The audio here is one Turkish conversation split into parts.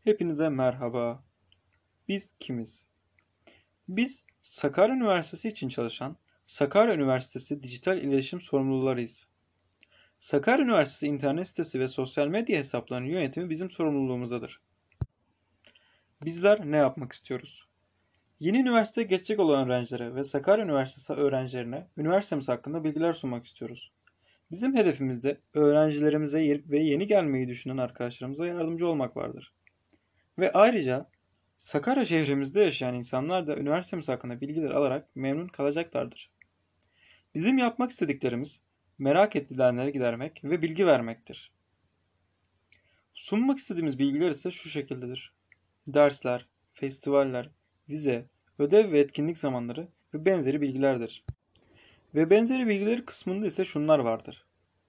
Hepinize merhaba. Biz kimiz? Biz Sakarya Üniversitesi için çalışan Sakarya Üniversitesi Dijital İletişim Sorumlularıyız. Sakarya Üniversitesi internet sitesi ve sosyal medya hesaplarının yönetimi bizim sorumluluğumuzdadır. Bizler ne yapmak istiyoruz? Yeni üniversiteye geçecek olan öğrencilere ve Sakarya Üniversitesi öğrencilerine üniversitemiz hakkında bilgiler sunmak istiyoruz. Bizim hedefimizde öğrencilerimize ve yeni gelmeyi düşünen arkadaşlarımıza yardımcı olmak vardır. Ve ayrıca Sakarya şehrimizde yaşayan insanlar da üniversitemiz hakkında bilgiler alarak memnun kalacaklardır. Bizim yapmak istediklerimiz merak edilenleri gidermek ve bilgi vermektir. Sunmak istediğimiz bilgiler ise şu şekildedir. Dersler, festivaller, vize, ödev ve etkinlik zamanları ve benzeri bilgilerdir. Ve benzeri bilgileri kısmında ise şunlar vardır.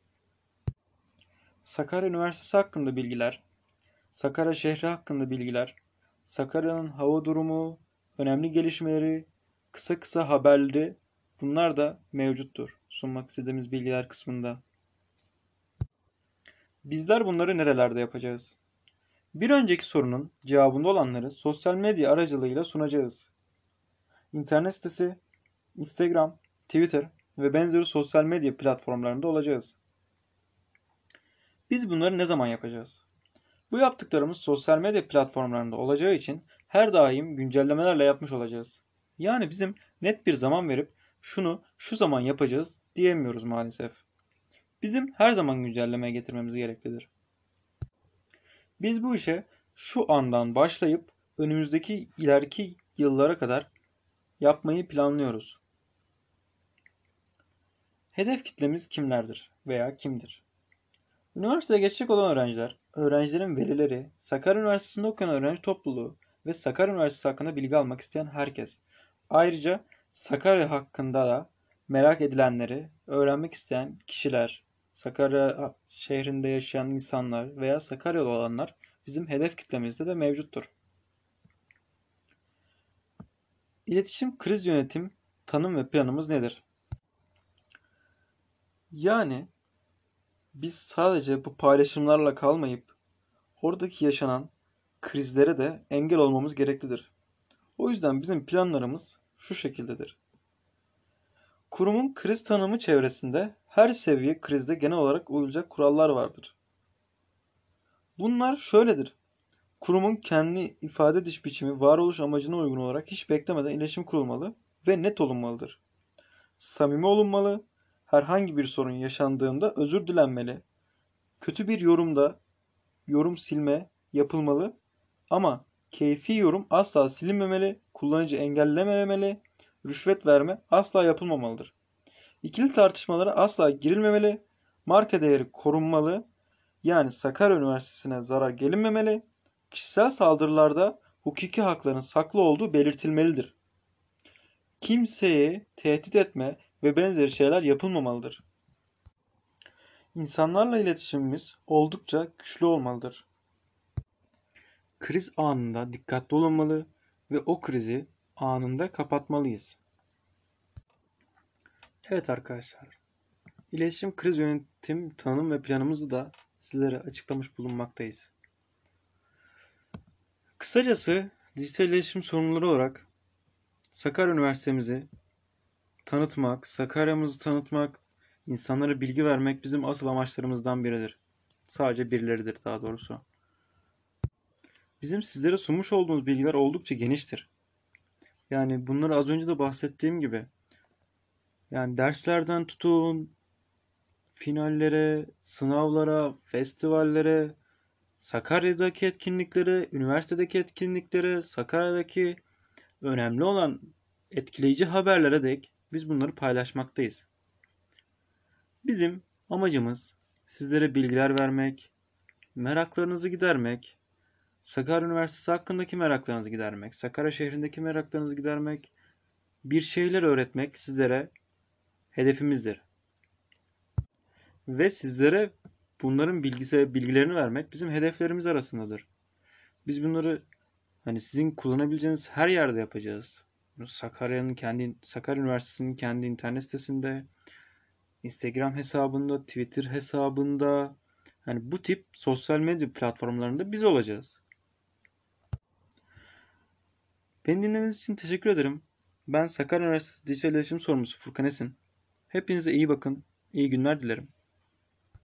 Sakarya Üniversitesi hakkında bilgiler, Sakarya şehri hakkında bilgiler, Sakarya'nın hava durumu, önemli gelişmeleri, kısa haberleri bunlar da mevcuttur sunmak istediğimiz bilgiler kısmında. Bizler bunları nerelerde yapacağız? Bir önceki sorunun cevabında olanları sosyal medya aracılığıyla sunacağız. İnternet sitesi, Instagram, Twitter ve benzeri sosyal medya platformlarında olacağız. Biz bunları ne zaman yapacağız? Bu yaptıklarımız sosyal medya platformlarında olacağı için her daim güncellemelerle yapmış olacağız. Yani bizim net bir zaman verip şunu şu zaman yapacağız diyemiyoruz maalesef. Bizim her zaman güncellemeye getirmemiz gereklidir. Biz bu işe şu andan başlayıp önümüzdeki ileriki yıllara kadar yapmayı planlıyoruz. Hedef kitlemiz kimlerdir veya kimdir? Üniversiteye geçecek olan öğrenciler, öğrencilerin velileri, Sakarya Üniversitesi'nde okuyan öğrenci topluluğu ve Sakarya Üniversitesi hakkında bilgi almak isteyen herkes. Ayrıca Sakarya hakkında da merak edilenleri öğrenmek isteyen kişiler, Sakarya şehrinde yaşayan insanlar veya Sakaryalı olanlar bizim hedef kitlemizde de mevcuttur. İletişim kriz yönetim tanım ve planımız nedir? Yani biz sadece bu paylaşımlarla kalmayıp oradaki yaşanan krizlere de engel olmamız gereklidir. O yüzden bizim planlarımız şu şekildedir. Kurumun kriz tanımı çevresinde her seviye krizde genel olarak uyulacak kurallar vardır. Bunlar şöyledir. Kurumun kendi ifade ediş biçimi varoluş amacına uygun olarak hiç beklemeden iletişim kurulmalı ve net olunmalıdır. Samimi olunmalı, herhangi bir sorun yaşandığında özür dilenmeli, kötü bir yorumda yorum silme yapılmalı ama keyfi yorum asla silinmemeli, kullanıcı engellememeli, rüşvet verme asla yapılmamalıdır. İkili tartışmalara asla girilmemeli, marka değeri korunmalı, yani Sakarya Üniversitesi'ne zarar gelinmemeli, kişisel saldırılarda hukuki hakların saklı olduğu belirtilmelidir. Kimseyi tehdit etme ve benzeri şeyler yapılmamalıdır. İnsanlarla iletişimimiz oldukça güçlü olmalıdır. Kriz anında dikkatli olunmalı ve o krizi anında kapatmalıyız. Evet arkadaşlar, iletişim kriz yönetim tanım ve planımızı da sizlere açıklamış bulunmaktayız. Kısacası dijital iletişim sorumluları olarak Sakarya Üniversitemizi tanıtmak, Sakarya'mızı tanıtmak, insanlara bilgi vermek bizim asıl amaçlarımızdan biridir. Sadece birileridir daha doğrusu. Bizim sizlere sunmuş olduğumuz bilgiler oldukça geniştir. Yani bunları az önce de bahsettiğim gibi yani derslerden tutun, finallere, sınavlara, festivallere, Sakarya'daki etkinliklere, üniversitedeki etkinliklere, Sakarya'daki önemli olan etkileyici haberlere dek biz bunları paylaşmaktayız. Bizim amacımız sizlere bilgiler vermek, meraklarınızı gidermek, Sakarya Üniversitesi hakkındaki meraklarınızı gidermek, Sakarya şehrindeki meraklarınızı gidermek, bir şeyler öğretmek sizlere hedefimizdir. Ve sizlere bunların bilgilerini vermek bizim hedeflerimiz arasındadır. Biz bunları hani sizin kullanabileceğiniz her yerde yapacağız. Sakarya Üniversitesi'nin kendi internet sitesinde, Instagram hesabında, Twitter hesabında, hani bu tip sosyal medya platformlarında biz olacağız. Beni dinlediğiniz için teşekkür ederim. Ben Sakarya Üniversitesi Dijital İletişim Sorumlusu Furkan Esin. Hepinize iyi bakın, iyi günler dilerim.